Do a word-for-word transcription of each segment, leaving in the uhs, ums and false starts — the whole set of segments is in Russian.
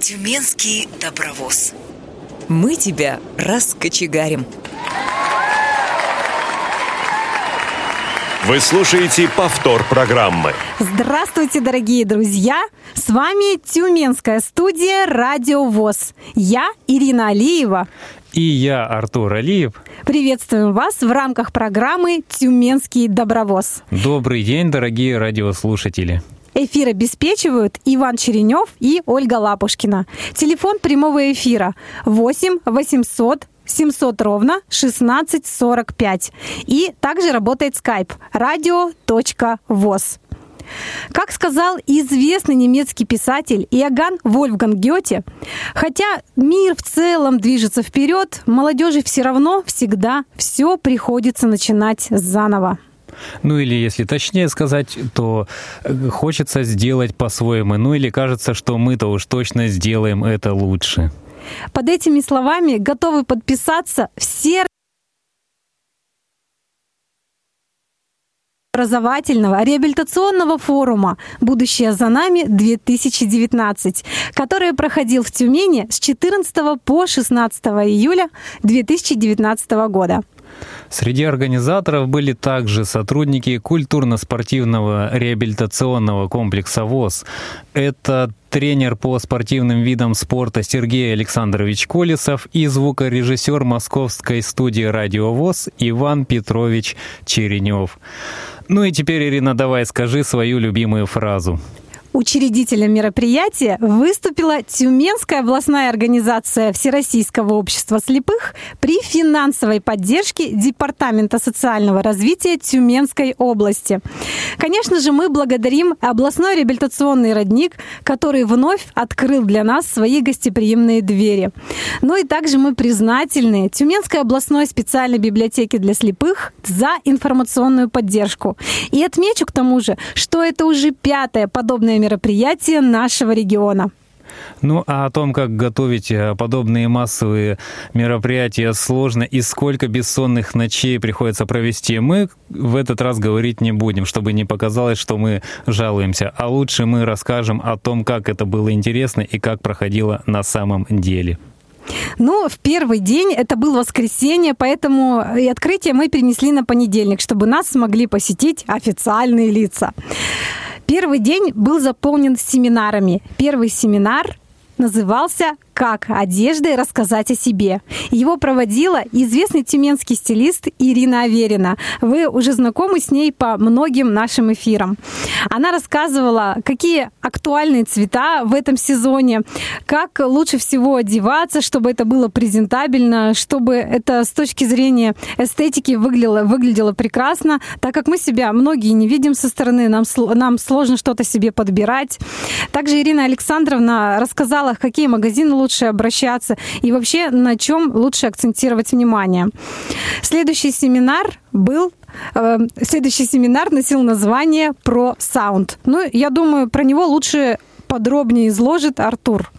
Тюменский добровоз. Мы тебя раскочегарим. Вы слушаете повтор программы. Здравствуйте, дорогие друзья! С вами Тюменская студия «Радио ВОС». Я Ирина Алиева. И я, Артур Алиев. Приветствуем вас в рамках программы «Тюменский добровоз». Добрый день, дорогие радиослушатели. Эфир обеспечивают Иван Черенев и Ольга Лапушкина. Телефон прямого эфира восемь восемьсот семьсот ровно шестнадцать сорок пять. И также работает скайп радио точка воз. Как сказал известный немецкий писатель Иоганн Вольфганг Гёте, хотя мир в целом движется вперед, молодежи все равно всегда все приходится начинать заново. Ну или, если точнее сказать, то хочется сделать по-своему. Ну или кажется, что мы-то уж точно сделаем это лучше. Под этими словами готовы подписаться все образовательного реабилитационного форума «Будущее за нами-две тысячи девятнадцать», который проходил в Тюмени с четырнадцатого по шестнадцатое июля две тысячи девятнадцатого года. Среди организаторов были также сотрудники культурно-спортивного реабилитационного комплекса ВОС. Это тренер по спортивным видам спорта Сергей Александрович Колесов и звукорежиссер московской студии «Радио ВОС» Иван Петрович Черенев. Ну и теперь, Ирина, давай скажи свою любимую фразу. Учредителем мероприятия выступила Тюменская областная организация Всероссийского общества слепых при финансовой поддержке Департамента социального развития Тюменской области. Конечно же, мы благодарим областной реабилитационный родник, который вновь открыл для нас свои гостеприимные двери. Ну и также мы признательны Тюменской областной специальной библиотеке для слепых за информационную поддержку. И отмечу к тому же, что это уже пятое подобное мероприятие мероприятия нашего региона. Ну, а о том, как готовить подобные массовые мероприятия сложно и сколько бессонных ночей приходится провести, мы в этот раз говорить не будем, чтобы не показалось, что мы жалуемся. А лучше мы расскажем о том, как это было интересно и как проходило на самом деле. Ну, в первый день это было воскресенье, поэтому и открытие мы перенесли на понедельник, чтобы нас смогли посетить официальные лица. Первый день был заполнен семинарами. Первый семинар назывался «Как одеждой рассказать о себе». Его проводила известный тюменский стилист Ирина Аверина. Вы уже знакомы с ней по многим нашим эфирам. Она рассказывала, какие актуальные цвета в этом сезоне, как лучше всего одеваться, чтобы это было презентабельно, чтобы это с точки зрения эстетики выглядело, выглядело прекрасно, так как мы себя многие не видим со стороны, нам, нам сложно что-то себе подбирать. Также Ирина Александровна рассказала, в какие магазины лучше обращаться и вообще на чем лучше акцентировать внимание. Следующий семинар был э, следующий семинар носил название «Про саунд». Ну, я думаю, про него лучше подробнее изложит Артур.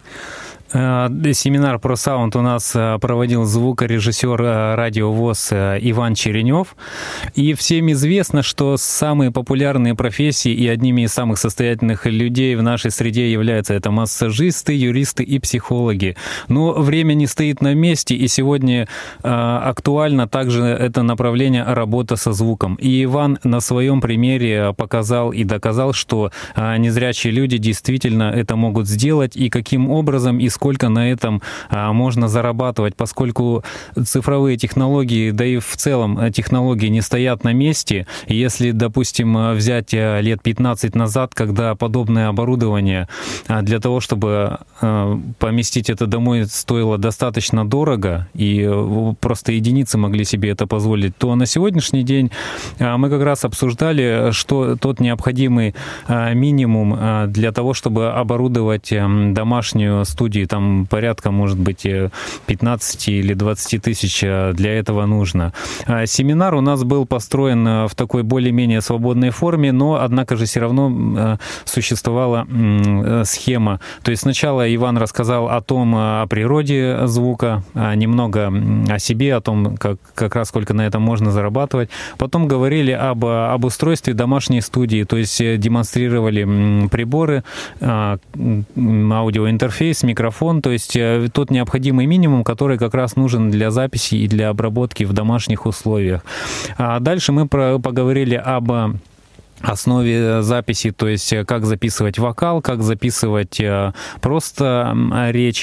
Семинар про саунд у нас проводил звукорежиссер «Радио ВОС» Иван Черенев. И всем известно, что самые популярные профессии и одними из самых состоятельных людей в нашей среде являются это массажисты, юристы и психологи. Но время не стоит на месте, и сегодня актуально также это направление работа со звуком. И Иван на своем примере показал и доказал, что незрячие люди действительно это могут сделать, и каким образом и сколько на этом а, можно зарабатывать, поскольку цифровые технологии, да и в целом технологии не стоят на месте. Если, допустим, взять лет пятнадцать назад, когда подобное оборудование а, для того, чтобы а, поместить это домой, стоило достаточно дорого, и просто единицы могли себе это позволить, то на сегодняшний день а, мы как раз обсуждали, что тот необходимый а, минимум а, для того, чтобы оборудовать а, домашнюю студию, там порядка, может быть, пятнадцать или двадцать тысяч для этого нужно. Семинар у нас был построен в такой более-менее свободной форме, но, однако же, все равно существовала схема. То есть сначала Иван рассказал о том, о природе звука, немного о себе, о том, как, как раз сколько на этом можно зарабатывать. Потом говорили об, об устройстве домашней студии, то есть демонстрировали приборы, аудиоинтерфейс, микрофон, микрофон, то есть тот необходимый минимум, который как раз нужен для записи и для обработки в домашних условиях. А дальше мы про, поговорили об основе записи, то есть как записывать вокал, как записывать просто речь.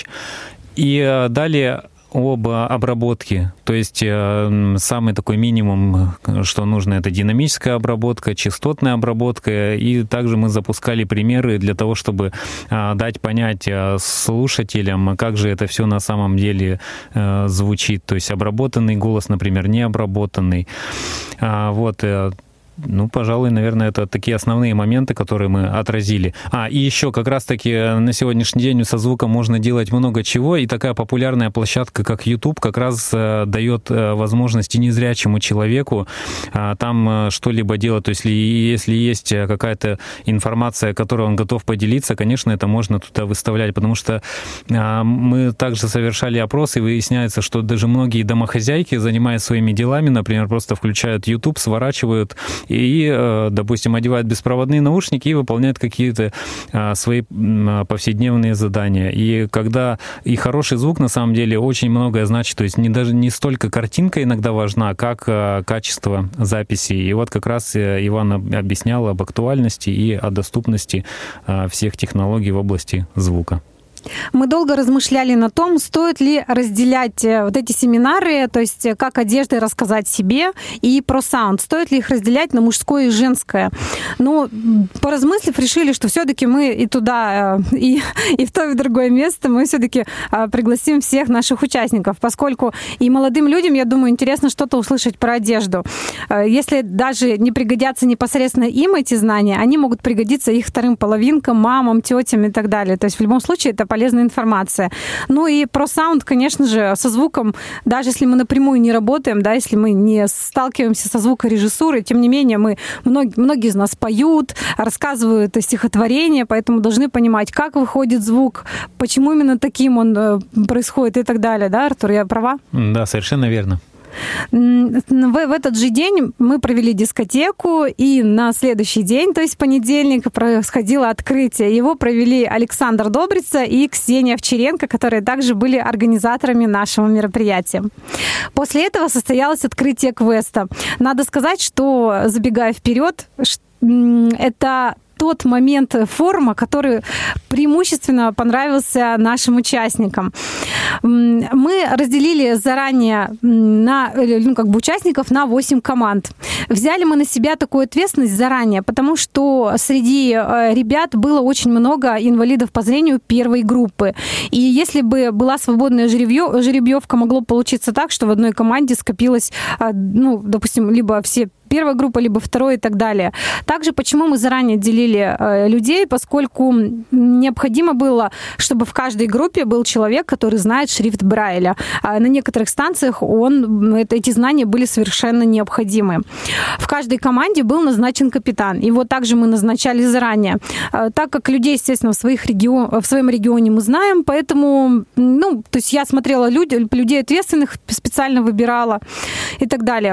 И далее об обработке. То есть самый такой минимум, что нужно, это динамическая обработка, частотная обработка. И также мы запускали примеры для того, чтобы дать понять слушателям, как же это все на самом деле звучит. То есть обработанный голос, например, не обработанный. Вот. Ну, пожалуй, наверное, это такие основные моменты, которые мы отразили. А, и еще как раз-таки на сегодняшний день со звуком можно делать много чего, и такая популярная площадка, как YouTube, как раз дает возможности незрячему человеку там что-либо делать. То есть если есть какая-то информация, которой он готов поделиться, конечно, это можно туда выставлять, потому что мы также совершали опрос, и выясняется, что даже многие домохозяйки, занимаясь своими делами, например, просто включают YouTube, сворачивают и, допустим, одевают беспроводные наушники и выполняют какие-то свои повседневные задания. И когда и хороший звук, на самом деле, очень многое значит. То есть не, даже не столько картинка иногда важна, как качество записи. И вот как раз Иван объяснял об актуальности и о доступности всех технологий в области звука. Мы долго размышляли на том, стоит ли разделять вот эти семинары, то есть как одеждой рассказать себе, и про саунд. Стоит ли их разделять на мужское и женское? Но, поразмыслив, решили, что все-таки мы и туда, и, и в то, и в другое место мы все-таки пригласим всех наших участников, поскольку и молодым людям, я думаю, интересно что-то услышать про одежду. Если даже не пригодятся непосредственно им эти знания, они могут пригодиться их вторым половинкам, мамам, тетям и так далее. То есть в любом случае это полезная информация. Ну и про саунд, конечно же, со звуком, даже если мы напрямую не работаем, да, если мы не сталкиваемся со звукорежиссурой, тем не менее, мы, многие, многие из нас поют, рассказывают стихотворения, поэтому должны понимать, как выходит звук, почему именно таким он происходит и так далее. Да, Артур, я права? Да, совершенно верно. В, в этот же день мы провели дискотеку, и на следующий день, то есть понедельник, происходило открытие. Его провели Александр Добрица и Ксения Овчаренко, которые также были организаторами нашего мероприятия. После этого состоялось открытие квеста. Надо сказать, что, забегая вперед, это тот момент форума, который преимущественно понравился нашим участникам. Мы разделили заранее на, ну, как бы участников на восемь команд. Взяли мы на себя такую ответственность заранее, потому что среди ребят было очень много инвалидов по зрению первой группы. И если бы была свободная жеребьевка, могло получиться так, что в одной команде скопилось, ну, допустим, либо все первая группа, либо второй и так далее. Также почему мы заранее делили э, людей, поскольку необходимо было, чтобы в каждой группе был человек, который знает шрифт Брайля. А на некоторых станциях он, это, эти знания были совершенно необходимы. В каждой команде был назначен капитан. Его также мы назначали заранее. А, так как людей, естественно, в, своих регион, в своем регионе мы знаем, поэтому, ну, то есть я смотрела люди, людей ответственных, специально выбирала и так далее.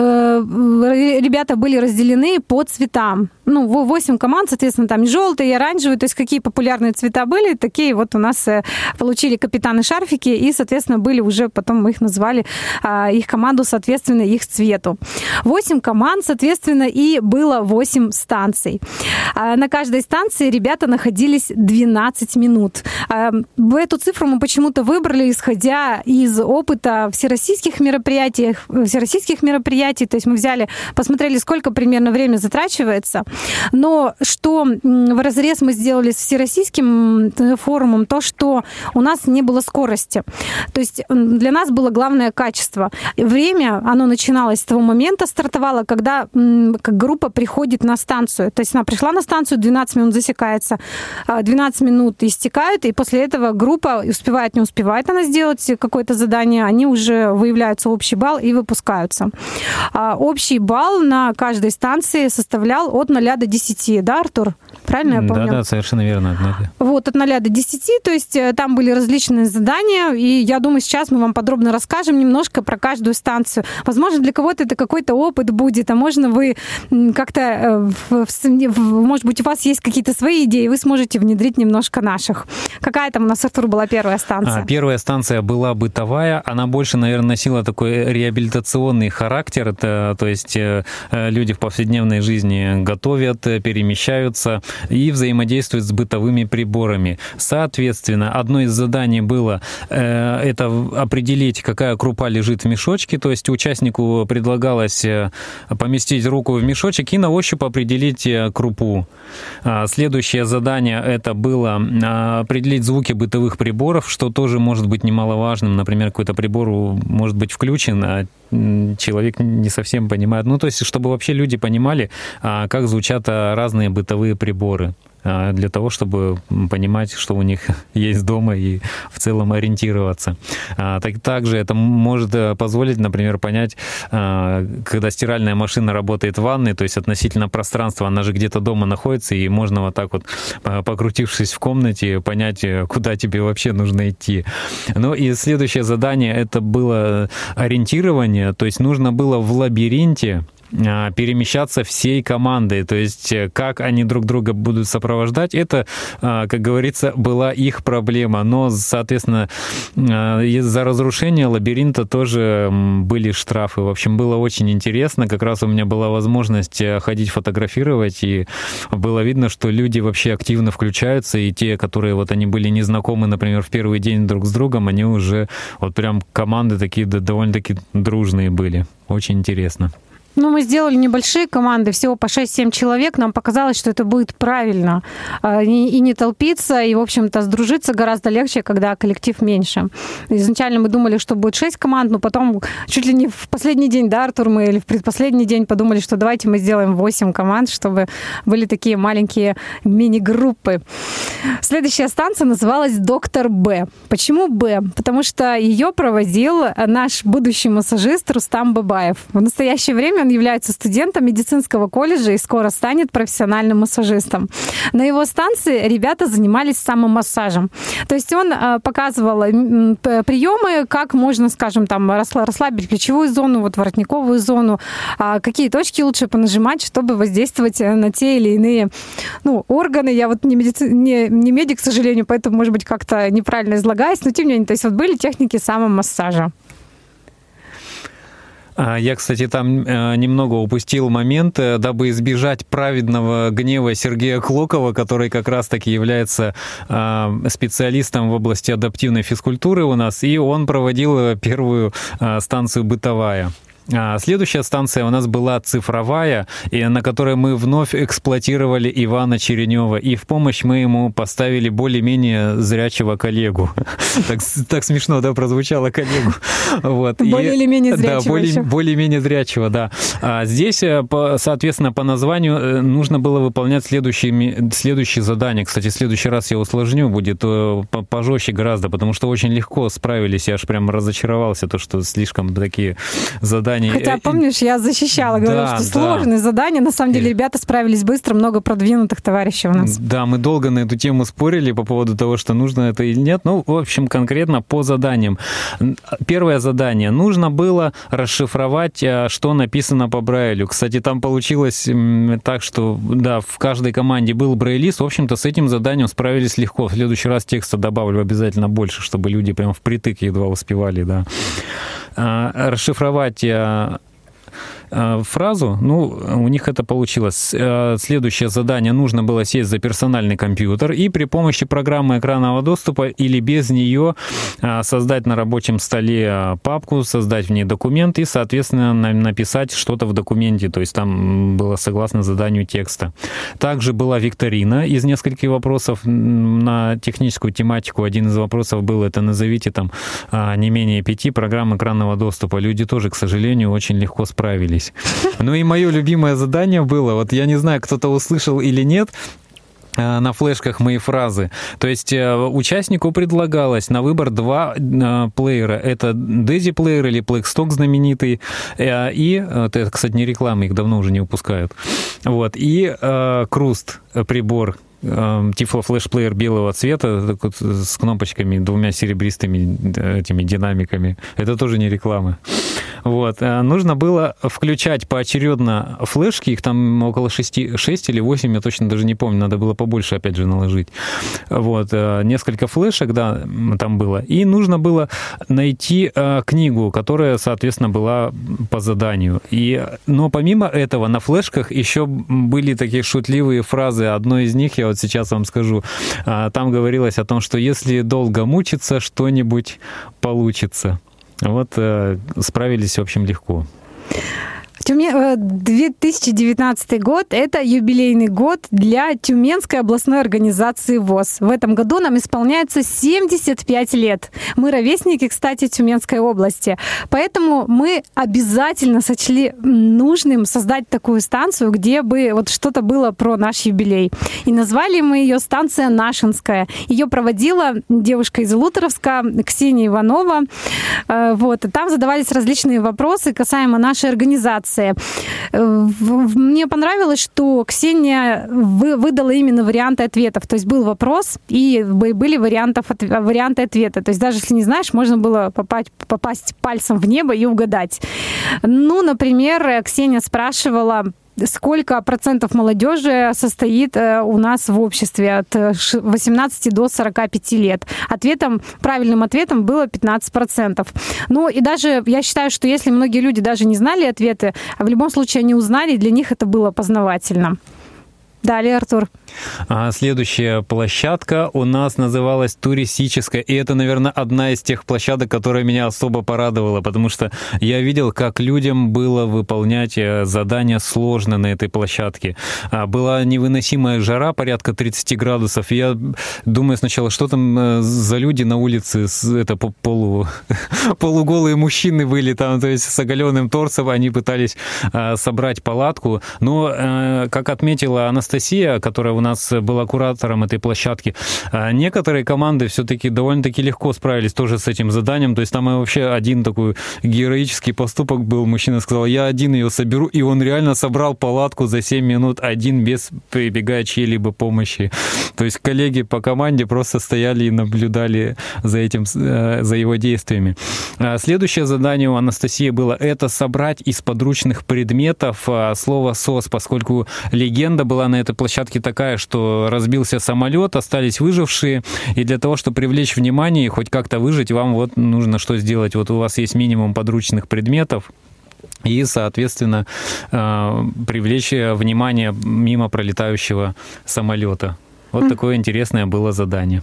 Ребята были разделены по цветам. Ну, восемь команд, соответственно, там и желтые, и оранжевые, то есть какие популярные цвета были, такие вот у нас получили капитаны шарфики, и, соответственно, были уже, потом мы их назвали, их команду, соответственно, их цвету. Восемь команд, соответственно, и было восемь станций. На каждой станции ребята находились двенадцать минут. Эту цифру мы почему-то выбрали, исходя из опыта всероссийских мероприятий, всероссийских мероприятий, то есть мы взяли, посмотрели, сколько примерно время затрачивается. Но что вразрез мы сделали с всероссийским форумом, то, что у нас не было скорости. То есть для нас было главное качество. Время, оно начиналось с того момента, стартовало, когда как группа приходит на станцию. То есть она пришла на станцию, двенадцать минут засекается, двенадцать минут истекают, и после этого группа успевает, не успевает она сделать какое-то задание, они уже выявляются общий балл и выпускаются. Общий балл балл на каждой станции составлял от ноля до десяти, да, Артур? Правильно я помню? Да, да, совершенно верно. Вот, от ноля до десяти, то есть там были различные задания, и я думаю, сейчас мы вам подробно расскажем немножко про каждую станцию. Возможно, для кого-то это какой-то опыт будет, а можно вы как-то, может быть, у вас есть какие-то свои идеи, вы сможете внедрить немножко наших. Какая там у нас, Артур, была первая станция? Первая станция была бытовая, она больше, наверное, носила такой реабилитационный характер, это, то есть люди в повседневной жизни готовят, перемещаются и взаимодействуют с бытовыми приборами. Соответственно, одно из заданий было э, это определить, какая крупа лежит в мешочке, то есть участнику предлагалось поместить руку в мешочек и на ощупь определить крупу. Следующее задание это было определить звуки бытовых приборов, что тоже может быть немаловажным. Например, какой-то прибор может быть включен, а человек не совсем понимает. Ну, то есть, чтобы вообще люди понимали, как звучат разные бытовые приборы, для того, чтобы понимать, что у них есть дома и в целом ориентироваться. Также это может позволить, например, понять, когда стиральная машина работает в ванной, то есть относительно пространства, она же где-то дома находится, и можно вот так вот, покрутившись в комнате, понять, куда тебе вообще нужно идти. Ну и следующее задание, это было ориентирование, то есть нужно было в лабиринте перемещаться всей командой, то есть как они друг друга будут сопровождать, это, как говорится, была их проблема, но, соответственно, из-за разрушения лабиринта тоже были штрафы. В общем, было очень интересно, как раз у меня была возможность ходить фотографировать, и было видно, что люди вообще активно включаются, и те, которые вот они были незнакомы, например, в первый день друг с другом, они уже вот прям команды такие довольно-таки дружные были. Очень интересно. Ну, мы сделали небольшие команды, всего по шесть-семь человек. Нам показалось, что это будет правильно. И не толпиться, и, в общем-то, сдружиться гораздо легче, когда коллектив меньше. Изначально мы думали, что будет шесть команд, но потом чуть ли не в последний день, да, Артур, мы или в предпоследний день подумали, что давайте мы сделаем восемь команд, чтобы были такие маленькие мини-группы. Следующая станция называлась «Доктор Б». Почему Б? Потому что ее проводил наш будущий массажист Рустам Бабаев. В настоящее время он является студентом медицинского колледжа и скоро станет профессиональным массажистом. На его станции ребята занимались самомассажем. То есть он показывал приемы, как можно, скажем, там, расслабить плечевую зону, вот воротниковую зону, какие точки лучше понажимать, чтобы воздействовать на те или иные, ну, органы. Я вот не, медици... не, не медик, к сожалению, поэтому, может быть, как-то неправильно излагаюсь, но тем не менее, то есть вот были техники самомассажа. Я, кстати, там немного упустил момент, дабы избежать праведного гнева Сергея Клокова, который как раз-таки является специалистом в области адаптивной физкультуры у нас, и он проводил первую станцию «Бытовая». Следующая станция у нас была цифровая, и на которой мы вновь эксплуатировали Ивана Черенева, и в помощь мы ему поставили более-менее зрячего коллегу. Так, так смешно, да, прозвучало коллегу. Вот. Более или менее зрячего. Да, более, более-менее зрячего, да. А здесь, соответственно, по названию нужно было выполнять следующие, следующие задания. Кстати, в следующий раз я усложню, будет пожестче гораздо, потому что очень легко справились, я аж прям разочаровался, то, что слишком такие задания. Хотя, помнишь, я защищала, говорила, да, что да. сложные задания. На самом деле ребята справились быстро, много продвинутых товарищей у нас. Да, мы долго на эту тему спорили по поводу того, что нужно это или нет. Ну, в общем, конкретно по заданиям. Первое задание. Нужно было расшифровать, что написано по Брайлю. Кстати, там получилось так, что, да, в каждой команде был брайлист. В общем-то, с этим заданием справились легко. В следующий раз текста добавлю обязательно больше, чтобы люди прям впритык едва успевали, да. Расшифровать фразу, ну, у них это получилось. Следующее задание: нужно было сесть за персональный компьютер и при помощи программы экранного доступа или без нее создать на рабочем столе папку, создать в ней документ и, соответственно, написать что-то в документе, то есть там было согласно заданию текста. Также была викторина из нескольких вопросов на техническую тематику. Один из вопросов был: это назовите там не менее пяти программ экранного доступа. Люди тоже, к сожалению, очень легко справились. Ну и мое любимое задание было, вот я не знаю, кто-то услышал или нет, на флешках мои фразы. То есть участнику предлагалось на выбор два плеера. Это Дези-плеер или Blackstock знаменитый. И, это, кстати, не реклама, их давно уже не выпускают. Вот. И Круст прибор. Тифло флешплеер белого цвета вот, с кнопочками, двумя серебристыми этими динамиками. Это тоже не реклама. Вот. Нужно было включать поочередно флешки, их там около шести, шесть или восемь, я точно даже не помню, надо было побольше, опять же, наложить. Вот. Несколько флешек, да, там было. И нужно было найти книгу, которая, соответственно, была по заданию. И, но помимо этого на флешках еще были такие шутливые фразы. Одной из них я вот сейчас вам скажу. Там говорилось о том, что если долго мучиться, что-нибудь получится. Вот справились, в общем, легко. две тысячи девятнадцатый год – это юбилейный год для Тюменской областной организации ВОС. В этом году нам исполняется семьдесят пять лет. Мы ровесники, кстати, Тюменской области. Поэтому мы обязательно сочли нужным создать такую станцию, где бы вот что-то было про наш юбилей. И назвали мы ее станция «Нашинская». Ее проводила девушка из Лутеровска, Ксения Иванова. Вот. И там задавались различные вопросы касаемо нашей организации. Мне понравилось, что Ксения выдала именно варианты ответов. То есть был вопрос, и были вариантов, варианты ответа. То есть даже если не знаешь, можно было попасть, попасть пальцем в небо и угадать. Ну, например, Ксения спрашивала, сколько процентов молодежи состоит у нас в обществе от восемнадцати до сорока пяти лет. Ответом, правильным ответом было пятнадцать процентов. Ну и даже я считаю, что если многие люди даже не знали ответы, а в любом случае они узнали, для них это было познавательно. Далее, Артур. Следующая площадка у нас называлась туристическая, и это, наверное, одна из тех площадок, которая меня особо порадовала, потому что я видел, как людям было выполнять задания сложно на этой площадке. Была невыносимая жара, порядка тридцать градусов, и я думаю сначала, что там за люди на улице, это полу, полуголые мужчины были там, то есть с оголенным торсом, они пытались собрать палатку, но, как отметила Анастасия, которая у нас была куратором этой площадки, некоторые команды все-таки довольно-таки легко справились тоже с этим заданием. То есть там вообще один такой героический поступок был. Мужчина сказал, я один ее соберу, и он реально собрал палатку за семь минут один, без прибегая чьей-либо помощи. То есть коллеги по команде просто стояли и наблюдали за этим, за его действиями. Следующее задание у Анастасии было это собрать из подручных предметов слово СОС, поскольку легенда была на этой площадке такая, что разбился самолет, остались выжившие, и для того, чтобы привлечь внимание и хоть как-то выжить, вам вот нужно что сделать? Вот у вас есть минимум подручных предметов, и, соответственно, привлечь внимание мимо пролетающего самолета. Вот mm. такое интересное было задание.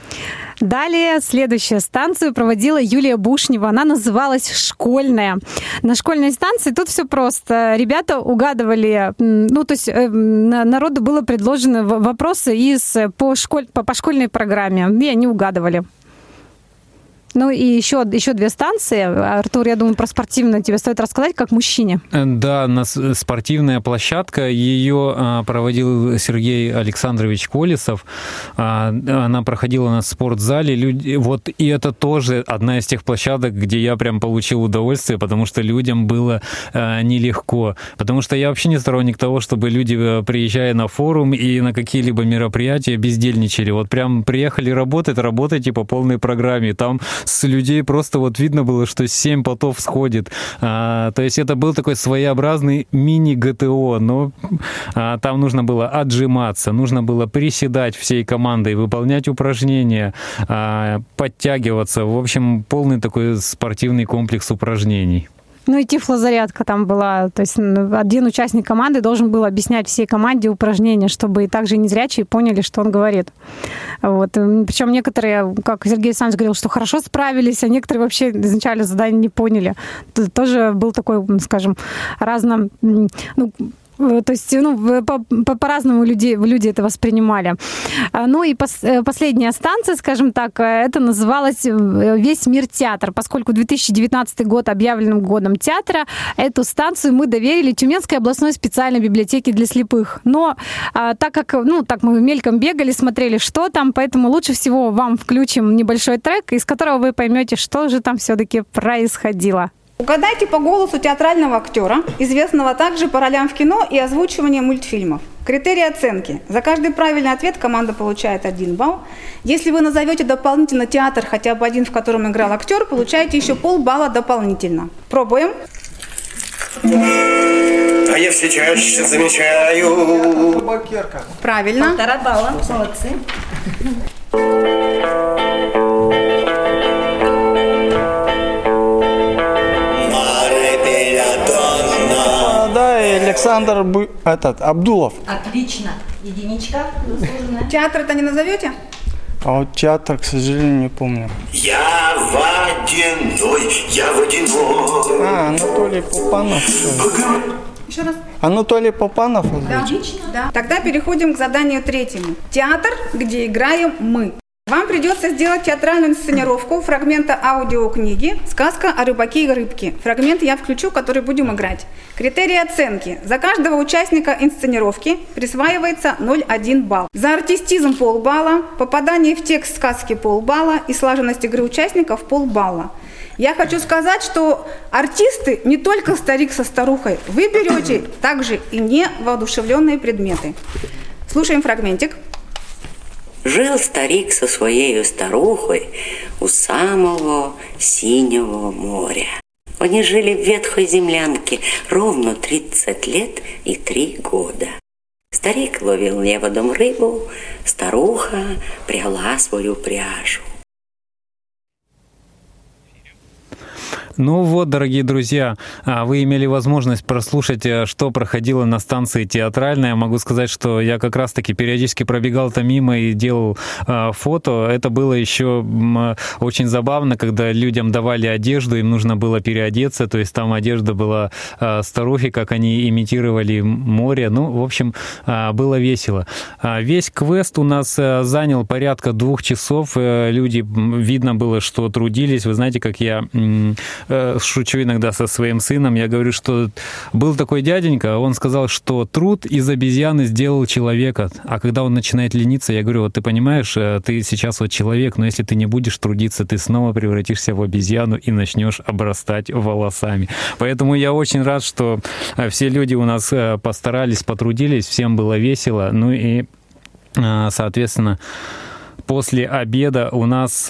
Далее следующую станцию проводила Юлия Бушнева. Она называлась «Школьная». На школьной станции тут все просто. Ребята угадывали, ну, то есть народу было предложено вопросы из, по, школь, по, по школьной программе, и они угадывали. Ну и еще, еще две станции. Артур, я думаю, про спортивную тебе стоит рассказать, как мужчине. Да, у нас спортивная площадка. Ее проводил Сергей Александрович Колесов. Она проходила на спортзале. Люди, вот, и это тоже одна из тех площадок, где я прям получил удовольствие, потому что людям было нелегко. Потому что я вообще не сторонник того, чтобы люди, приезжая на форум и на какие-либо мероприятия, бездельничали. Вот прям приехали работать, работайте по полной программе. Там с людей просто вот видно было, что семь потов сходит. А, то есть это был такой своеобразный мини-ГТО, но а, там нужно было отжиматься, нужно было приседать всей командой, выполнять упражнения, а, подтягиваться. В общем, полный такой спортивный комплекс упражнений. Ну и тифлозарядка там была. То есть один участник команды должен был объяснять всей команде упражнения, чтобы и также незрячие поняли, что он говорит. Вот. Причем некоторые, как Сергей Александрович говорил, что хорошо справились, а некоторые вообще изначально задание не поняли. Это тоже был такой, скажем, разно... Ну, То есть, ну, по- по- по-разному люди, люди это воспринимали. Ну и пос- последняя станция, скажем так, это называлось «Весь мир театр», поскольку две тысячи девятнадцатый год объявленным годом театра, эту станцию мы доверили Тюменской областной специальной библиотеке для слепых. Но а, так как, ну, так мы мельком бегали, смотрели, что там, поэтому лучше всего вам включим небольшой трек, из которого вы поймете, что же там все-таки происходило. Угадайте по голосу театрального актера, известного также по ролям в кино и озвучиванию мультфильмов. Критерии оценки. За каждый правильный ответ команда получает один балл. Если вы назовете дополнительно театр, хотя бы один, в котором играл актер, получаете еще полбалла дополнительно. Пробуем. А я все чаще замечаю. Правильно. Полтора балла. Молодцы. Да, и Александр Бу... этот, Абдулов. Отлично. Единичка заслуженная. Театр-то не назовете? А вот театр, к сожалению, не помню. Я водяной, я водяной. А, Анатолий Попанов. Что ли? Еще раз. Анатолий Попанов. Да. Отлично. Да. Тогда переходим к заданию третьему. Театр, где играем мы. Вам придется сделать театральную инсценировку фрагмента аудиокниги «Сказка о рыбаке и рыбке». Фрагмент я включу, который будем играть. Критерии оценки. За каждого участника инсценировки присваивается ноль целых один балл. За артистизм полбалла, попадание в текст сказки полбалла и слаженность игры участников полбалла. Я хочу сказать, что артисты не только старик со старухой. Вы берете также и невоодушевленные предметы. Слушаем фрагментик. Жил старик со своей старухой у самого синего моря. Они жили в ветхой землянке ровно тридцать лет и три года. Старик ловил неводом рыбу, старуха пряла свою пряжу. Ну вот, дорогие друзья, вы имели возможность прослушать, что проходило на станции театральной. Я могу сказать, что я как раз-таки периодически пробегал там мимо и делал фото. Это было еще очень забавно, когда людям давали одежду, им нужно было переодеться, то есть там одежда была старухи, как они имитировали море. Ну, в общем, было весело. Весь квест у нас занял порядка двух часов. Люди, видно было, что трудились. Вы знаете, как я шучу иногда со своим сыном, я говорю, что был такой дяденька, он сказал, что труд из обезьяны сделал человека, а когда он начинает лениться, я говорю, вот ты понимаешь, ты сейчас вот человек, но если ты не будешь трудиться, ты снова превратишься в обезьяну и начнешь обрастать волосами. Поэтому я очень рад, что все люди у нас постарались, потрудились, всем было весело, ну и, соответственно, после обеда у нас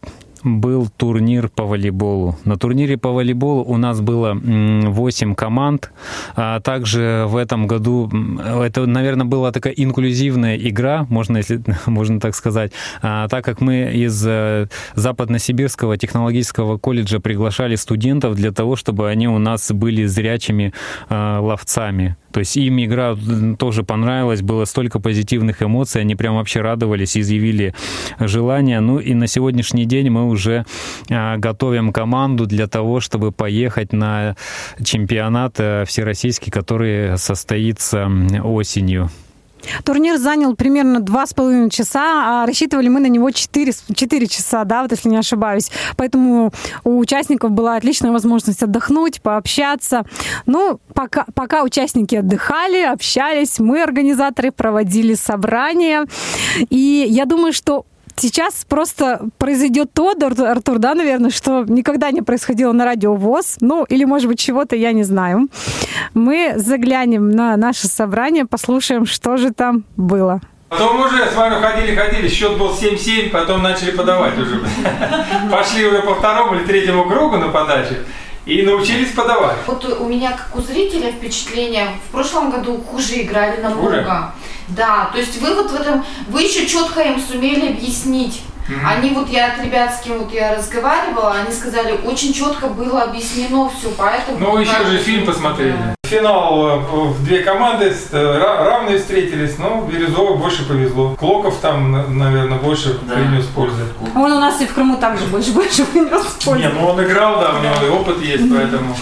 был турнир по волейболу. На турнире по волейболу у нас было восемь команд. А также в этом году это, наверное, была такая инклюзивная игра, можно, если можно так сказать. А так как мы из Западносибирского технологического колледжа приглашали студентов для того, чтобы они у нас были зрячими ловцами. То есть им игра тоже понравилась, было столько позитивных эмоций, они прям вообще радовались, изъявили желание. Ну и на сегодняшний день мы уже готовим команду для того, чтобы поехать на чемпионат всероссийский, который состоится осенью. Турнир занял примерно два с половиной часа, а рассчитывали мы на него четыре, четыре часа, да, вот если не ошибаюсь. Поэтому у участников была отличная возможность отдохнуть, пообщаться. Ну, пока, пока участники отдыхали, общались, мы, организаторы, проводили собрания. И я думаю, что сейчас просто произойдет то, Артур, да, наверное, что никогда не происходило на Радио ВОС, ну, или, может быть, чего-то, я не знаю. Мы заглянем на наше собрание, послушаем, что же там было. Потом уже, смотрю, ходили-ходили, счет был семь-семь, потом начали подавать уже. Пошли уже по второму или третьему кругу на подаче и научились подавать. Вот у меня, как у зрителя, впечатление, в прошлом году хуже играли намного. Да, то есть вы вот в этом, вы еще четко им сумели объяснить. Mm-hmm. Они вот, я от ребят, с кем вот я разговаривала, они сказали, очень четко было объяснено все, поэтому... Ну, еще же фильм посмотрели. Да. Финал, в две команды равные встретились, но Березову больше повезло. Клоков там, наверное, больше да. принес пользы. Он у нас и в Крыму также больше, больше принес пользы. Не, ну он играл, да, у него и опыт есть, поэтому...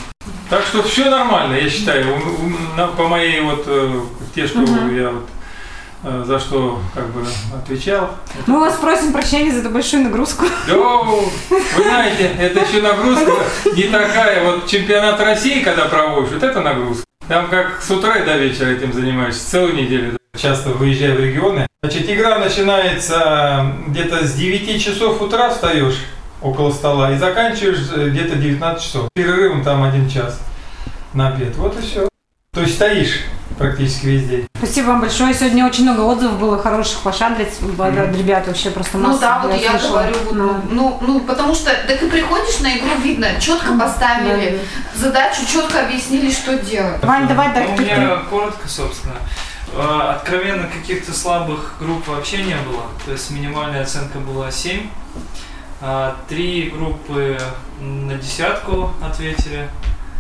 Так что все нормально, я считаю. По моей вот, те, что угу. я вот за что как бы отвечал. Мы вас просим прощения за эту большую нагрузку. Да, вы знаете, это еще нагрузка не такая. Вот чемпионат России, когда проводишь, вот это нагрузка. Там как с утра и до вечера этим занимаешься, целую неделю. Часто выезжаю в регионы. Значит, игра начинается где-то с девяти часов утра, встаешь около стола и заканчиваешь где-то девятнадцать часов. Перерывом там один час на обед. Вот и все. То есть стоишь практически весь день. Спасибо вам большое. Сегодня очень много отзывов было хороших ваш адрес. Mm-hmm. Ребят, вообще просто масса. Ну да, вот я, я говорю, вот, ну. Ну, ну, потому что, так и приходишь на игру, видно, четко поставили, mm-hmm. задачу четко объяснили, что делать. Вань, давай, дай. Ну, у меня коротко, собственно. Откровенно каких-то слабых групп вообще не было. То есть минимальная оценка была семь. Три группы на десятку ответили.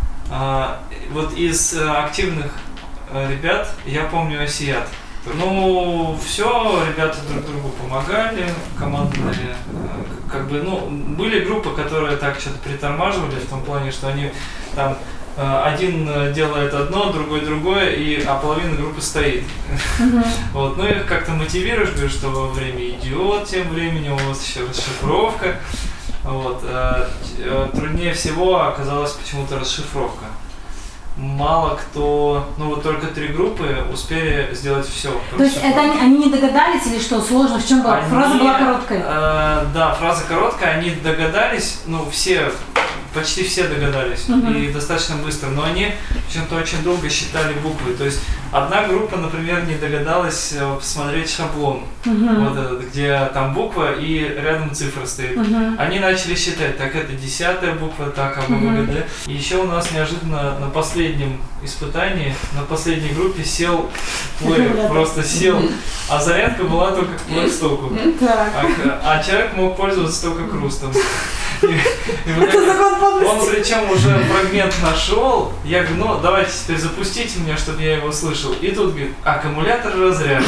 Вот из активных ребят я помню Осият. Ну, все, ребята друг другу помогали, командные, как бы, ну, были группы, которые так что-то притормаживали, в том плане, что они там один делает одно, другой другое, и, а половина группы стоит. Uh-huh. Вот, ну их как-то мотивируешь, говоришь, что время идет, тем временем у вас еще расшифровка. Вот, труднее всего оказалась почему-то расшифровка. Мало кто, ну вот только три группы успели сделать все. То есть это они, они не догадались или что? Сложно? В чем была? Они, фраза была короткая? Э, да, фраза короткая, они догадались, ну все, почти все догадались, uh-huh. и достаточно быстро, но они почему-то очень долго считали буквы. То есть одна группа, например, не догадалась посмотреть шаблон, uh-huh. вот этот, где там буква и рядом цифра стоит. Uh-huh. Они начали считать, так это десятая буква, так, а uh-huh. да. И еще у нас неожиданно на последнем испытании, на последней группе сел плеер, просто сел, а зарядка была только к плейстоку, а, а человек мог пользоваться только крустом. И, и вот это, он причем уже фрагмент нашел, я говорю, ну давайте теперь запустите меня, чтобы я его слышал. И тут говорит, аккумулятор разряжен.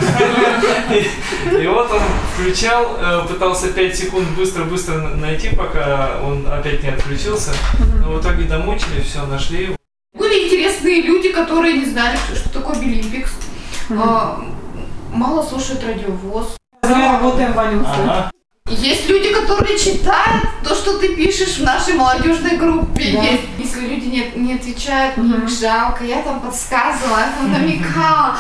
И вот он включал, пытался пять секунд быстро-быстро найти, пока он опять не отключился. Но в итоге домучили, все, нашли его. Были интересные люди, которые не знали, что такое Билимпикс. Мало слушают радиовоз. Мы работаем в Алюсе. Есть люди, которые читают то, что ты пишешь в нашей молодежной группе. Да. Есть. Если люди не, не отвечают, мне mm-hmm. жалко, я там подсказывала, я там намекала.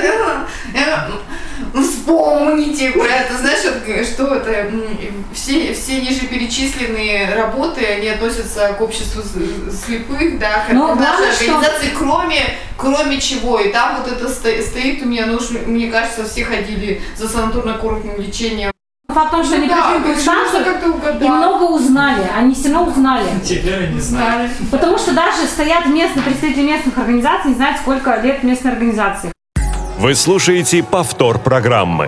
Вспомните про это. Знаешь, что это? Все, все ниже перечисленные работы, они относятся к обществу слепых, да, к нашей организации, что... кроме, кроме чего. И там вот это стоит у меня, ну уж, мне кажется, все ходили за санаторно-курортным лечением. Факт в том, что ну, они да, пришли в инстанцию и много узнали, они все равно узнали. Теперь не знали. Потому что даже стоят местные представители местных организаций, не знают, сколько лет местной организации. Вы слушаете повтор программы.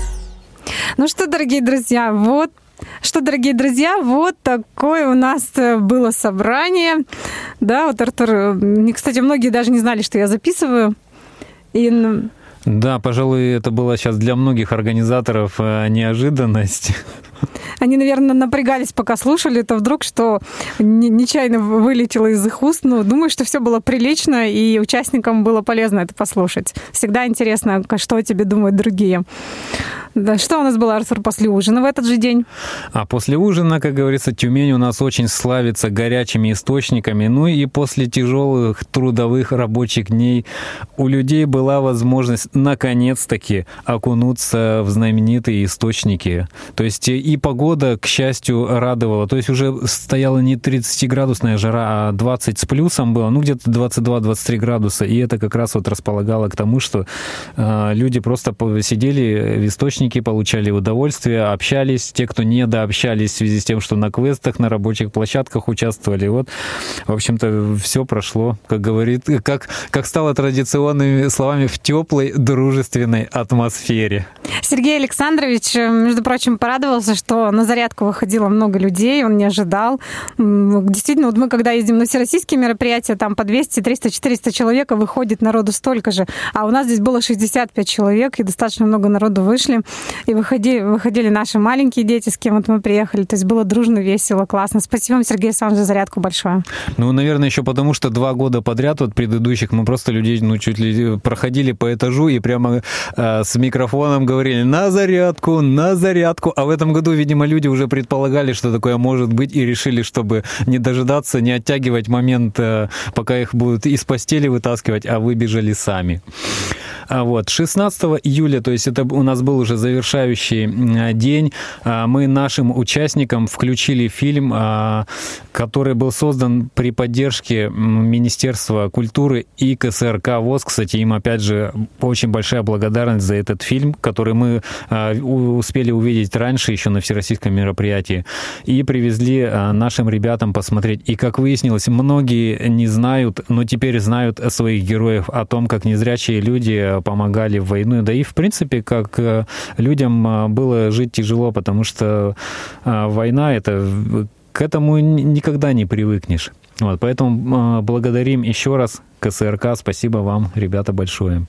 Ну что, дорогие друзья, вот что, дорогие друзья, вот такое у нас было собрание. Да, вот Артур, кстати, многие даже не знали, что я записываю. И... Да, пожалуй, это было сейчас для многих организаторов неожиданность. Они, наверное, напрягались, пока слушали, то вдруг, что нечаянно вылетело из их уст. Ну, думаю, что все было прилично, и участникам было полезно это послушать. Всегда интересно, что о тебе думают другие. Да, что у нас было, Артур, после ужина в этот же день? А после ужина, как говорится, Тюмень у нас очень славится горячими источниками. Ну и после тяжелых трудовых рабочих дней у людей была возможность наконец-таки окунуться в знаменитые источники. То есть и погода, к счастью, радовала. То есть уже стояла не тридцатиградусная жара, а двадцать с плюсом было, ну где-то двадцать два - двадцать три градуса. И это как раз вот располагало к тому, что э, люди просто сидели в источнике, получали удовольствие, общались. Те, кто не дообщались в связи с тем, что на квестах, на рабочих площадках участвовали. Вот, в общем-то, все прошло, как говорит, как, как стало традиционными словами, в теплой, дружественной атмосфере. Сергей Александрович, между прочим, порадовался, что на зарядку выходило много людей, он не ожидал. Действительно, вот мы, когда ездим на всероссийские мероприятия, там по двести, триста, четыреста человек, а выходит народу столько же. А у нас здесь было шестьдесят пять человек, и достаточно много народу вышли. и выходили, выходили наши маленькие дети, с кем вот мы приехали. То есть было дружно, весело, классно. Спасибо вам, Сергей Александрович, за зарядку большое. Ну, наверное, еще потому, что два года подряд от предыдущих мы просто людей, ну, чуть ли проходили по этажу и прямо э, с микрофоном говорили «на зарядку, на зарядку». А в этом году, видимо, люди уже предполагали, что такое может быть, и решили, чтобы не дожидаться, не оттягивать момент, э, пока их будут из постели вытаскивать, а выбежали сами. Вот. шестнадцатого июля, то есть это у нас был уже завершающий день, мы нашим участникам включили фильм, который был создан при поддержке Министерства культуры и ка эс эр ка ВОС. Кстати, им опять же очень большая благодарность за этот фильм, который мы успели увидеть раньше еще на всероссийском мероприятии, и привезли нашим ребятам посмотреть. И, как выяснилось, многие не знают, но теперь знают о своих героев, о том, как незрячие люди помогали в войну, да и, в принципе, как людям было жить тяжело, потому что война — это к этому никогда не привыкнешь. Вот, поэтому благодарим еще раз ка эс эр ка. Спасибо вам, ребята, большое.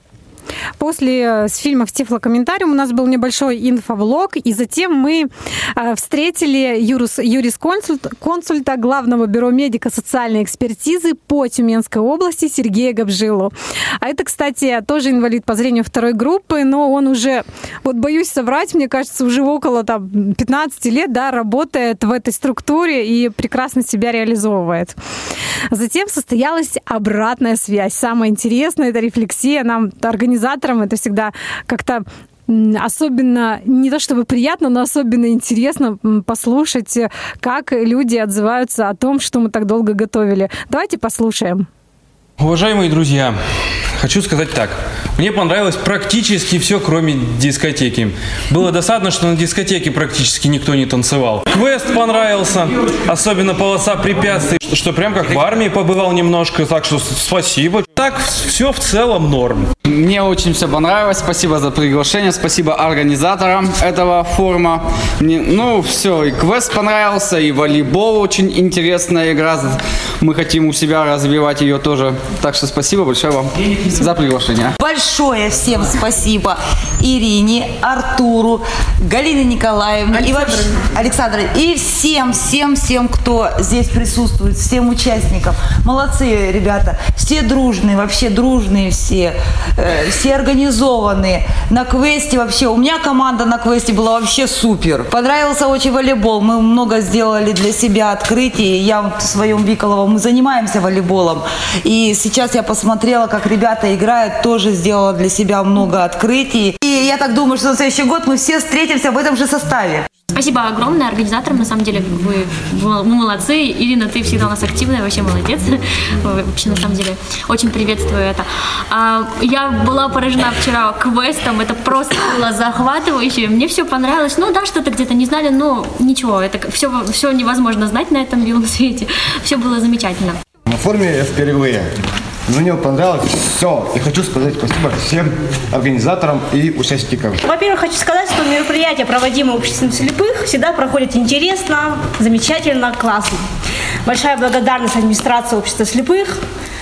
После с фильма в Тифлокомментариум у нас был небольшой инфовлог, и затем мы встретили юрис, юрисконсульта Главного бюро медико-социальной экспертизы по Тюменской области Сергея Габжилу. А это, кстати, тоже инвалид по зрению второй группы, но он уже, вот боюсь соврать, мне кажется, уже около там, пятнадцати лет, да, работает в этой структуре и прекрасно себя реализовывает. Затем состоялась обратная связь. Самое интересное — это рефлексия. Нам, организаторам, это всегда как-то особенно, не то чтобы приятно, но особенно интересно послушать, как люди отзываются о том, что мы так долго готовили. Давайте послушаем. Уважаемые друзья, хочу сказать так. Мне понравилось практически все, кроме дискотеки. Было досадно, что на дискотеке практически никто не танцевал. Квест понравился, особенно полоса препятствий, что, что прям как в армии побывал немножко, так что спасибо. Так все в целом норм. Мне очень все понравилось, спасибо за приглашение, спасибо организаторам этого форума. Мне, ну все, и квест понравился, и волейбол очень интересная игра. Мы хотим у себя развивать ее тоже. Так что спасибо большое вам за приглашение. Большое всем спасибо Ирине, Артуру, Галине Николаевне и вообще Александру, и всем, всем, всем, кто здесь присутствует, всем участникам. Молодцы, ребята, все дружные, вообще дружные все, э, все организованные. На квесте вообще, у меня команда на квесте была вообще супер. Понравился очень волейбол, мы много сделали для себя открытий. Я в своем Виколово, мы занимаемся волейболом, и сейчас я посмотрела, как ребята играют, тоже сделала для себя много открытий. И я так думаю, что на следующий год мы все встретимся в этом же составе. Спасибо огромное организаторам, на самом деле вы, вы молодцы. Ирина, ты всегда у нас активная, вообще молодец. Вообще, на самом деле, очень приветствую это. Я была поражена вчера квестом, это просто было захватывающе. Мне все понравилось. Ну да, что-то где-то не знали, но ничего, это все, все невозможно знать на этом белом свете. Все было замечательно. На форуме я впервые. Мне понравилось все. И хочу сказать спасибо всем организаторам и участникам. Во-первых, хочу сказать, что мероприятия, проводимые обществом слепых, всегда проходят интересно, замечательно, классно. Большая благодарность администрации общества слепых,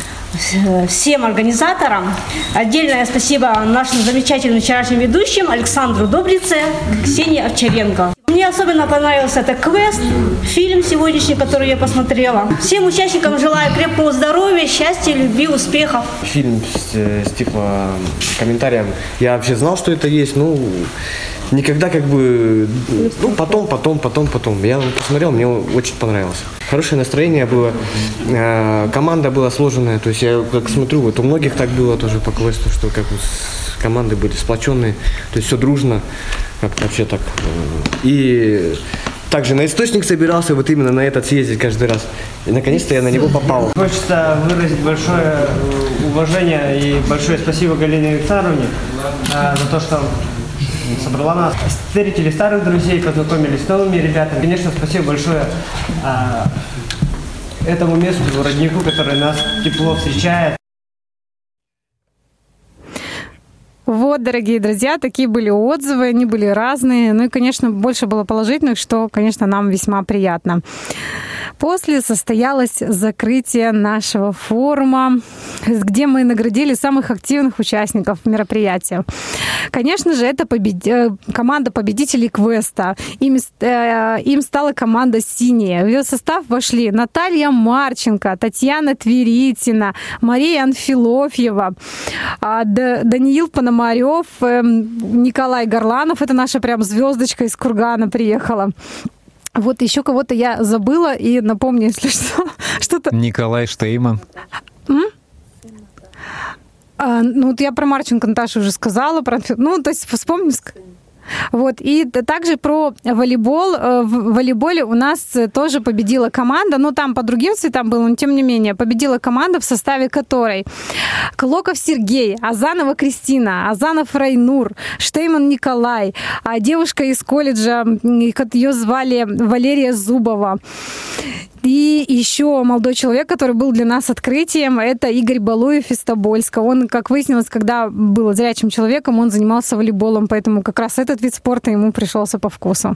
всем организаторам. Отдельное спасибо нашим замечательным вчерашним ведущим Александру Добрице, Ксении Овчаренко. Мне особенно понравился этот квест, фильм сегодняшний, который я посмотрела. Всем участникам желаю крепкого здоровья, счастья, любви, успехов. Фильм с, с типа комментарием. Я вообще знал, что это есть, ну никогда как бы, ну потом, потом, потом, потом. Я посмотрел, мне очень понравилось. Хорошее настроение было, э, команда была сложенная, то есть я как смотрю, вот у многих так было тоже по квесту, что как команды были сплоченные, то есть все дружно, как-то вообще так. И также на источник собирался вот именно на этот съездить каждый раз. И наконец-то я на него попал. Хочется выразить большое уважение и большое спасибо Галине Александровне э, за то, что собрала нас. Встретили старых друзей, познакомились с новыми ребятами. Конечно, спасибо большое а, этому месту, роднику, который нас тепло встречает. Вот, дорогие друзья, такие были отзывы, они были разные. Ну и, конечно, больше было положительных, что, конечно, нам весьма приятно. После состоялось закрытие нашего форума, где мы наградили самых активных участников мероприятия. Конечно же, это побед... команда победителей квеста. Им, э, им стала команда «Синяя». В ее состав вошли Наталья Марченко, Татьяна Тверитина, Мария Анфилофьева, э, Даниил Пономарев, э, Николай Горланов. Это наша прям звездочка из Кургана приехала. Вот еще кого-то я забыла, и напомню, если что, что-то... Николай Штейман. М? А, ну, вот я про Марченко Наташу уже сказала. Про... Ну, то есть вспомним... Вот. И также про волейбол. В волейболе у нас тоже победила команда, ну там по другим цветам было, но тем не менее, победила команда, в составе которой Клоков Сергей, Азанова Кристина, Азанов Райнур, Штейман Николай, а девушка из колледжа, ее звали Валерия Зубова. И еще молодой человек, который был для нас открытием, это Игорь Балуев из Тобольска. Он, как выяснилось, когда был зрячим человеком, он занимался волейболом, поэтому как раз этот вид спорта ему пришелся по вкусу.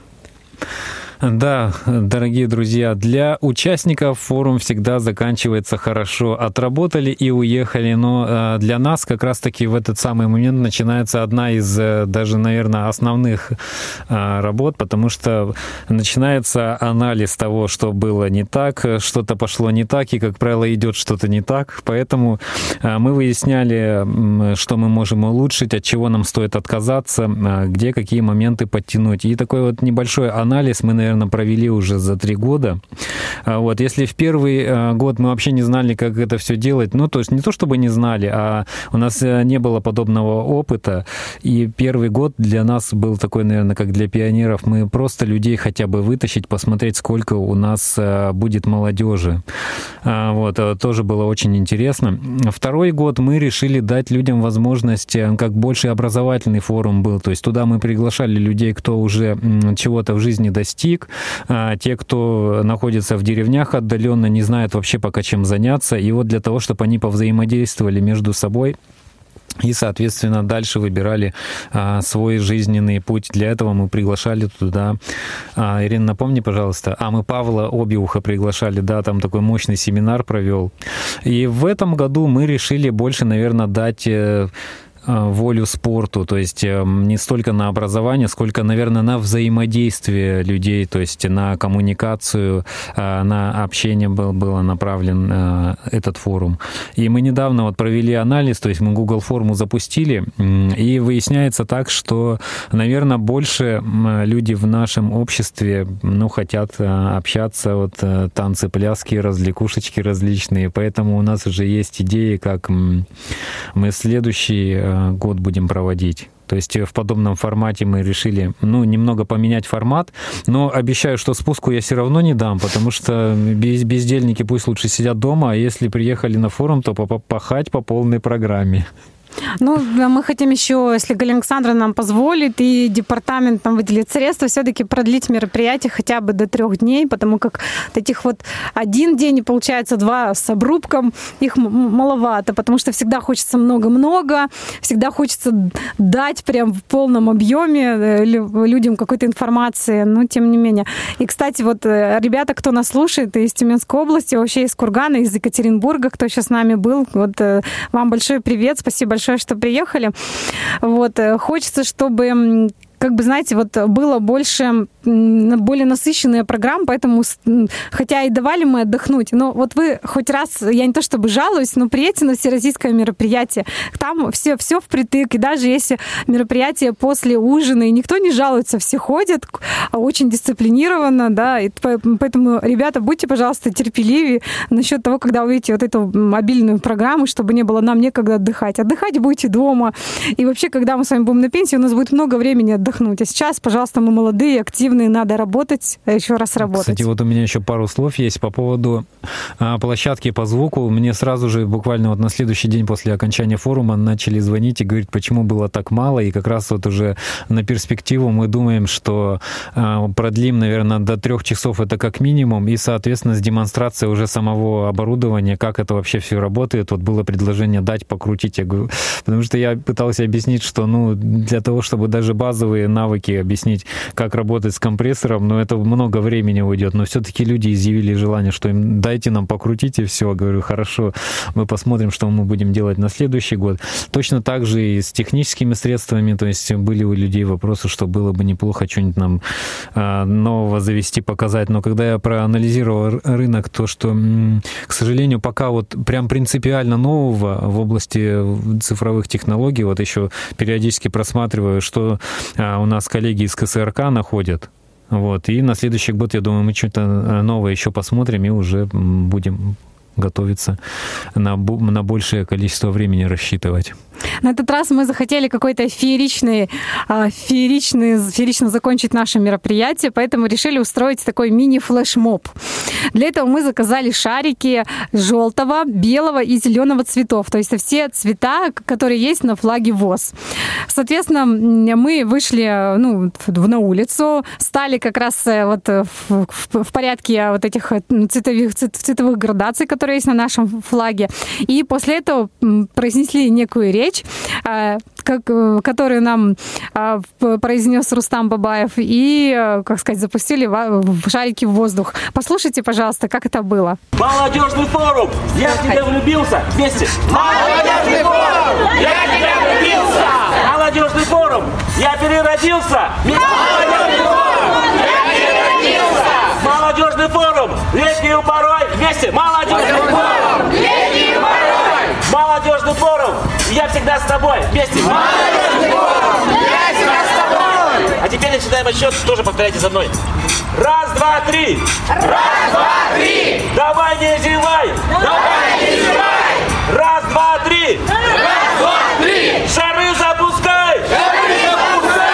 Да, дорогие друзья, для участников форум всегда заканчивается хорошо. Отработали и уехали, но для нас как раз-таки в этот самый момент начинается одна из даже, наверное, основных работ, потому что начинается анализ того, что было не так, что-то пошло не так, и, как правило, идет что-то не так. Поэтому мы выясняли, что мы можем улучшить, от чего нам стоит отказаться, где какие моменты подтянуть. И такой вот небольшой анализ мы, наверное, провели уже за три года. Вот. Если в первый год мы вообще не знали, как это все делать, ну, то есть не то, чтобы не знали, а у нас не было подобного опыта, и первый год для нас был такой, наверное, как для пионеров, мы просто людей хотя бы вытащить, посмотреть, сколько у нас будет молодежи. Вот. Тоже было очень интересно. Второй год мы решили дать людям возможность, как больше образовательный форум был, то есть туда мы приглашали людей, кто уже чего-то в жизни достиг, те, кто находится в деревнях отдаленно, не знают вообще пока чем заняться. И вот для того, чтобы они повзаимодействовали между собой и, соответственно, дальше выбирали а, свой жизненный путь. Для этого мы приглашали туда... А, Ирина, напомни, пожалуйста. А, мы Павла Обиуха приглашали, да, там такой мощный семинар провел. И в этом году мы решили больше, наверное, дать... волю спорту, то есть не столько на образование, сколько, наверное, на взаимодействие людей, то есть на коммуникацию, на общение был, было направлен этот форум. И мы недавно вот провели анализ, то есть мы Google форму запустили, и выясняется так, что, наверное, больше люди в нашем обществе, ну, хотят общаться, вот танцы, пляски, развлекушечки различные, поэтому у нас уже есть идеи, как мы в следующий год будем проводить. То есть в подобном формате мы решили, ну, немного поменять формат, но обещаю, что спуску я все равно не дам, потому что бездельники пусть лучше сидят дома, а если приехали на форум, то пахать по полной программе. Ну, мы хотим еще, если Галина Александровна нам позволит, и департамент нам выделит средства, все-таки продлить мероприятие хотя бы до трех дней, потому как этих вот один день, и получается два с обрубком, их маловато, потому что всегда хочется много-много, всегда хочется дать прям в полном объеме людям какой-то информации, но тем не менее. И, кстати, вот ребята, кто нас слушает из Тюменской области, вообще из Кургана, из Екатеринбурга, кто сейчас с нами был, вот вам большой привет, спасибо большое, что приехали. Вот. Хочется, чтобы, как бы, знаете, вот было больше, более насыщенная программа, поэтому, хотя и давали мы отдохнуть, но вот вы хоть раз, я не то чтобы жалуюсь, но приедьте на всероссийское мероприятие, там все, все впритык, и даже если мероприятие после ужина, и никто не жалуется, все ходят очень дисциплинированно, да, и поэтому, ребята, будьте, пожалуйста, терпеливее насчет того, когда увидите вот эту мобильную программу, чтобы не было нам некогда отдыхать. Отдыхать будете дома, и вообще, когда мы с вами будем на пенсии, у нас будет много времени отдыхать. отдохнуть. А сейчас, пожалуйста, мы молодые, активные, надо работать, а еще раз работать. Кстати, вот у меня еще пару слов есть по поводу а, площадки по звуку. Мне сразу же, буквально вот на следующий день после окончания форума, начали звонить и говорить, почему было так мало. И как раз вот уже на перспективу мы думаем, что а, продлим, наверное, до трех часов это как минимум. И, соответственно, с демонстрацией уже самого оборудования, как это вообще все работает. Вот было предложение дать покрутить. Я говорю, потому что я пытался объяснить, что ну, для того, чтобы даже базовые навыки объяснить, как работать с компрессором, ну, это много времени уйдет. Но все-таки люди изъявили желание, что им дайте нам покрутить, и все. Говорю, хорошо, мы посмотрим, что мы будем делать на следующий год. Точно так же и с техническими средствами. То есть были у людей вопросы, что было бы неплохо что-нибудь нам а, нового завести, показать. Но когда я проанализировал рынок, то, что, к сожалению, пока вот прям принципиально нового в области цифровых технологий, вот еще периодически просматриваю, что а, у нас коллеги из ка эс эр ка находят. Вот. И на следующий год, я думаю, мы что-то новое еще посмотрим и уже будем готовиться на, на большее количество времени рассчитывать. На этот раз мы захотели какой-то фееричный, фееричный, феерично закончить наше мероприятие, поэтому решили устроить такой мини-флешмоб. Для этого мы заказали шарики желтого, белого и зеленого цветов, то есть все цвета, которые есть на флаге ВОС. Соответственно, мы вышли ну, на улицу, стали как раз вот в, в, в порядке вот этих цветовых, цветовых градаций, которые есть на нашем флаге, и после этого произнесли некую речь, речь, как, которую нам произнес Рустам Бабаев, и, как сказать, запустили в шарики в воздух. Послушайте, пожалуйста, как это было. Молодежный форум! Я в тебя влюбился! Вместе! Молодежный форум! Я в тебя влюбился! Молодежный форум! Я переродился! Молодежный форум! Я переродился! Молодежный форум! Летнюю порой! Вместе! Молодежный форум! Летнюю порой! Молодежный форум! Я всегда с тобой! Вместе! Молодежный форум! Я всегда с тобой! А теперь начинаем отсчет, тоже повторяйте за мной. Раз, два, три! Раз, два, три! Давай не зевай! Давай не зевай! Раз, два, три! Раз, два, три! Шары запускай! Шары запускай!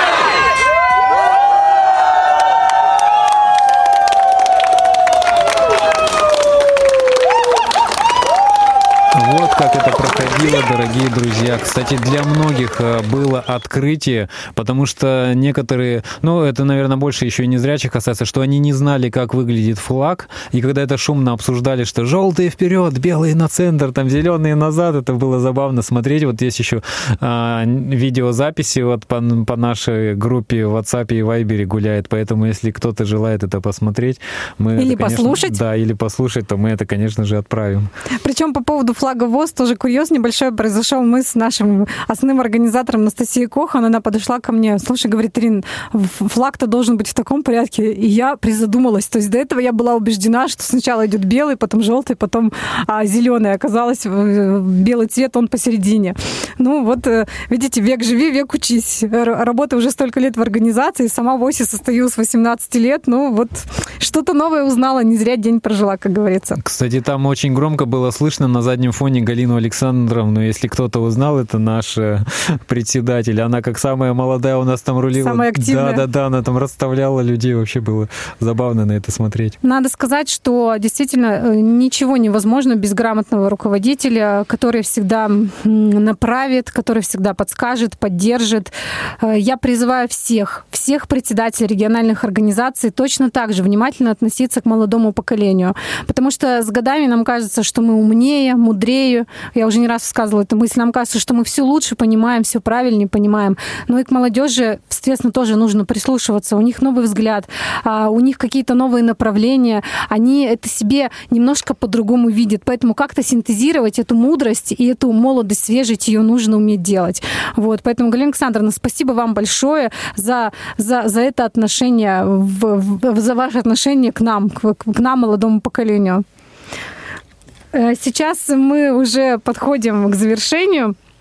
Вот как это проходило, дорогие друзья. Кстати, для многих было открытие, потому что некоторые, ну, это, наверное, больше еще и незрячих касается, что они не знали, как выглядит флаг, и когда это шумно обсуждали, что желтые вперед, белые на центр, там зеленые назад, это было забавно смотреть. Вот есть еще а, видеозаписи вот по, по нашей группе в WhatsApp и Viber гуляет, поэтому если кто-то желает это посмотреть, мы или это, конечно, послушать, да, или послушать, то мы это, конечно же, отправим. Причем по поводу флага ВОС тоже курьез небольшой произошел. Мы с нашим основным организатором Анастасией Кохан, она подошла ко мне, слушай, говорит, Ирин, флаг-то должен быть в таком порядке. И я призадумалась. То есть до этого я была убеждена, что сначала идет белый, потом желтый, потом а, зеленый. Оказалось, белый цвет, он посередине. Ну вот, видите, век живи, век учись. Работаю уже столько лет в организации, сама в ОСИ состою с восемнадцати лет. Ну вот, что-то новое узнала, не зря день прожила, как говорится. Кстати, там очень громко было слышно на заднем фоне Галину Александровну. Если кто-то узнал, это наш председатель. Она как самая молодая у нас там рулила. Самая активная. Да-да-да, она там расставляла людей. Вообще было забавно на это смотреть. Надо сказать, что действительно ничего невозможно без грамотного руководителя, который всегда направит, который всегда подскажет, поддержит. Я призываю всех, всех председателей региональных организаций точно так же внимательно относиться к молодому поколению. Потому что с годами нам кажется, что мы умнее, мудрее. Я уже не раз высказывала эту мысль. Нам кажется, что мы все лучше понимаем, все правильнее понимаем. Но и к молодежи, естественно, тоже нужно прислушиваться. У них новый взгляд, у них какие-то новые направления. Они это себе немножко по-другому видят. Поэтому как-то синтезировать эту мудрость и эту молодость, свежесть, ее нужно уметь делать. Вот. Поэтому, Галина Александровна, спасибо вам большое за, за, за это отношение, в, в, за ваше отношение к нам, к, к нам, молодому поколению. Сейчас мы уже подходим к завершению.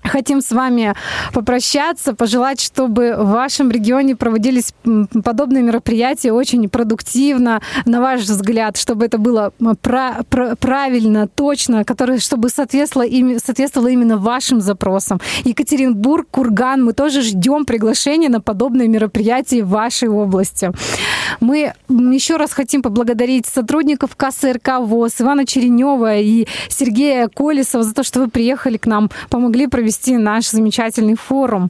хотим с вами попрощаться, пожелать, чтобы в вашем регионе проводились подобные мероприятия очень продуктивно, на ваш взгляд, чтобы это было правильно, точно, которое, чтобы соответствовало, соответствовало именно вашим запросам. Екатеринбург, Курган, мы тоже ждем приглашения на подобные мероприятия в вашей области. Мы еще раз хотим поблагодарить сотрудников ка эс эр ка ВОС, Ивана Черенева и Сергея Колесова за то, что вы приехали к нам, помогли провести наш замечательный форум.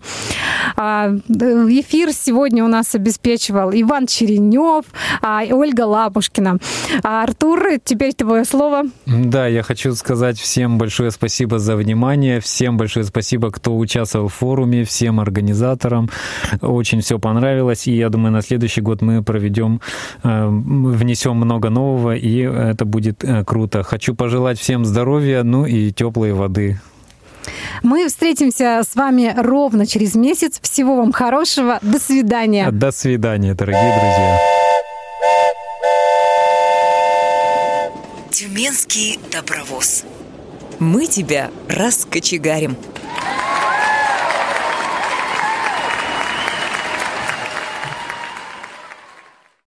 Эфир сегодня у нас обеспечивал Иван Черенев, Ольга Лапушкина. Артур, теперь твое слово. Да, я хочу сказать всем большое спасибо за внимание, всем большое спасибо, кто участвовал в форуме, всем организаторам. Очень все понравилось, и я думаю, на следующий год мы проведем, внесем много нового, и это будет круто. Хочу пожелать всем здоровья, ну и теплой воды. Мы встретимся с вами ровно через месяц. Всего вам хорошего. До свидания. До свидания, дорогие друзья. Тюменский добровоз. Мы тебя раскочегарим.